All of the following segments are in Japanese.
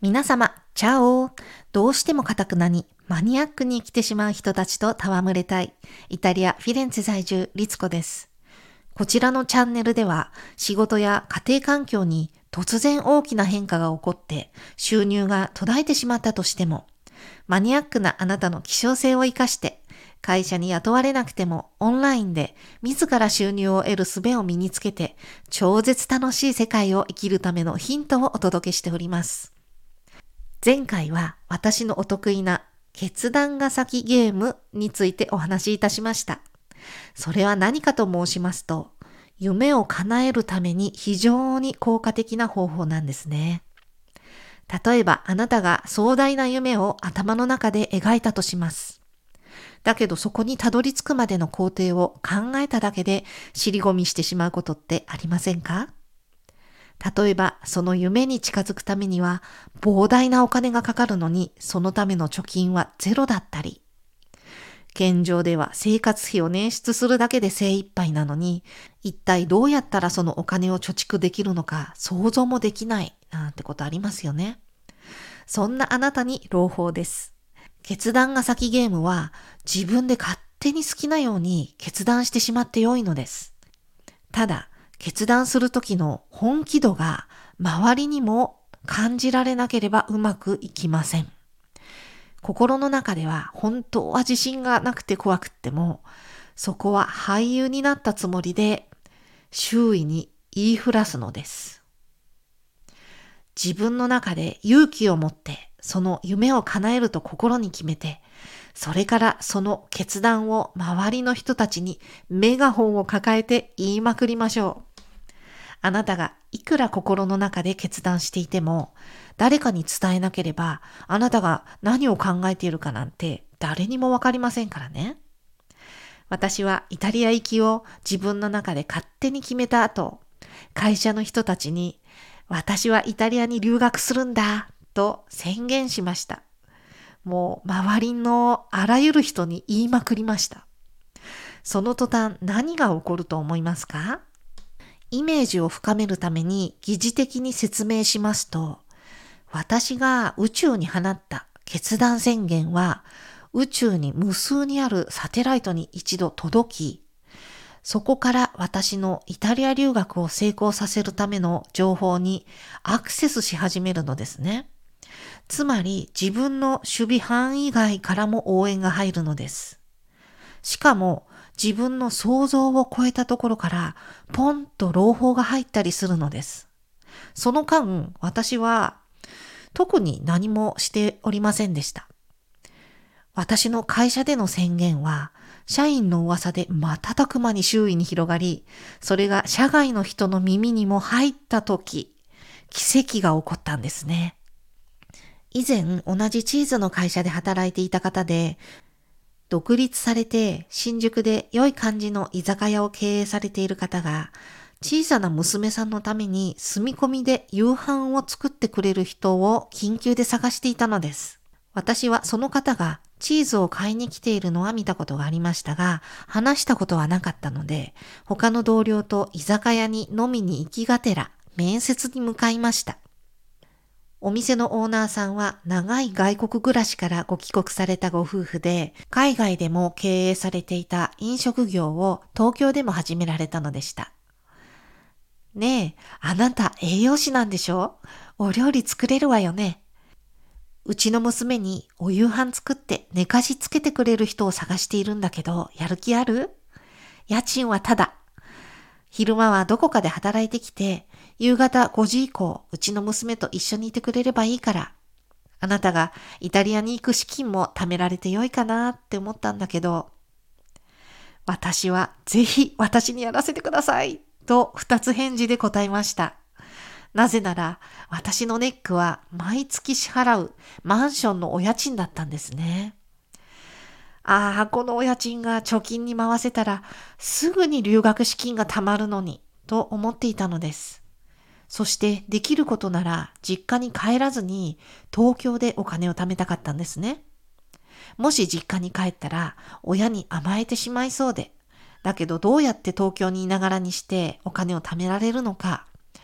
皆様、チャオ。どうしても堅くなにマニアックに生きてしまう人たちと戯れたい、イタリア・フィレンツェ在住、リツコです。こちらのチャンネルでは、仕事や家庭環境に突然大きな変化が起こって収入が途絶えてしまったとしても、マニアックなあなたの希少性を生かして、会社に雇われなくてもオンラインで自ら収入を得る術を身につけて、超絶楽しい世界を生きるためのヒントをお届けしております。前回は私のお得意な決断が先ゲームについてお話しいたしました。それは何かと申しますと、夢を叶えるために非常に効果的な方法なんですね。例えばあなたが壮大な夢を頭の中で描いたとします。だけどそこにたどり着くまでの工程を考えただけで尻込みしてしまうことってありませんか？例えば、その夢に近づくためには膨大なお金がかかるのに、そのための貯金はゼロだったり、現状では生活費を捻出するだけで精一杯なのに、一体どうやったらそのお金を貯蓄できるのか想像もできないなんてことありますよね。そんなあなたに朗報です。決断が先ゲームは自分で勝手に好きなように決断してしまってよいのです。ただ、決断するときの本気度が周りにも感じられなければうまくいきません。心の中では本当は自信がなくて怖くっても、そこは俳優になったつもりで周囲に言いふらすのです。自分の中で勇気を持ってその夢を叶えると心に決めて、それからその決断を周りの人たちにメガホンを抱えて言いまくりましょう。あなたがいくら心の中で決断していても、誰かに伝えなければ、あなたが何を考えているかなんて誰にもわかりませんからね。私はイタリア行きを自分の中で勝手に決めた後、会社の人たちに、私はイタリアに留学するんだと宣言しました。もう周りのあらゆる人に言いまくりました。その途端何が起こると思いますか？イメージを深めるために疑似的に説明しますと、私が宇宙に放った決断宣言は宇宙に無数にあるサテライトに一度届き、そこから私のイタリア留学を成功させるための情報にアクセスし始めるのですね。つまり自分の守備範囲外からも応援が入るのです。しかも自分の想像を超えたところからポンと朗報が入ったりするのです。その間、私は特に何もしておりませんでした。私の会社での宣言は社員の噂で瞬く間に周囲に広がり、それが社外の人の耳にも入ったとき、奇跡が起こったんですね。以前同じチーズの会社で働いていた方で、独立されて新宿で良い感じの居酒屋を経営されている方が、小さな娘さんのために住み込みで夕飯を作ってくれる人を緊急で探していたのです。私はその方がチーズを買いに来ているのは見たことがありましたが、話したことはなかったので、他の同僚と居酒屋に飲みに行きがてら面接に向かいました。お店のオーナーさんは長い外国暮らしからご帰国されたご夫婦で、海外でも経営されていた飲食業を東京でも始められたのでした。ねえ、あなた栄養士なんでしょ？お料理作れるわよね。うちの娘にお夕飯作って寝かしつけてくれる人を探しているんだけど、やる気ある？家賃はただ。昼間はどこかで働いてきて、夕方5時以降、うちの娘と一緒にいてくれればいいから。あなたがイタリアに行く資金も貯められてよいかなって思ったんだけど、私はぜひ私にやらせてくださいと二つ返事で答えました。なぜなら私のネックは毎月支払うマンションのお家賃だったんですね。ああ、このお家賃が貯金に回せたらすぐに留学資金が貯まるのにと思っていたのです。そしてできることなら実家に帰らずに東京でお金を貯めたかったんですね。もし実家に帰ったら親に甘えてしまいそうで、だけどどうやって東京にいながらにしてお金を貯められるのか、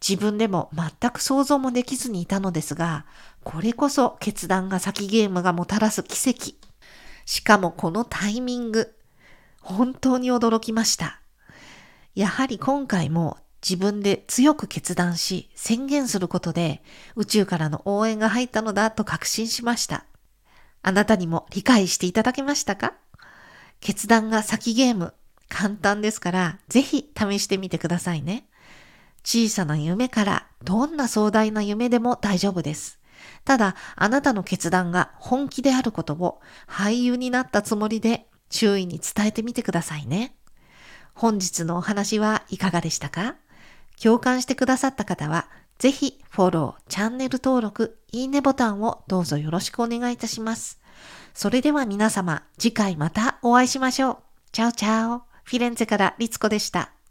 自分でも全く想像もできずにいたのですが、これこそ決断が先ゲームがもたらす奇跡。しかもこのタイミング、本当に驚きました。やはり今回も自分で強く決断し宣言することで宇宙からの応援が入ったのだと確信しました。あなたにも理解していただけましたか？決断が先ゲーム、簡単ですからぜひ試してみてくださいね。小さな夢からどんな壮大な夢でも大丈夫です。ただ、あなたの決断が本気であることを俳優になったつもりで周囲に伝えてみてくださいね。本日のお話はいかがでしたか？共感してくださった方は、ぜひフォロー、チャンネル登録、いいねボタンをどうぞよろしくお願いいたします。それでは皆様、次回またお会いしましょう。チャオチャオ。フィレンツェからリツコでした。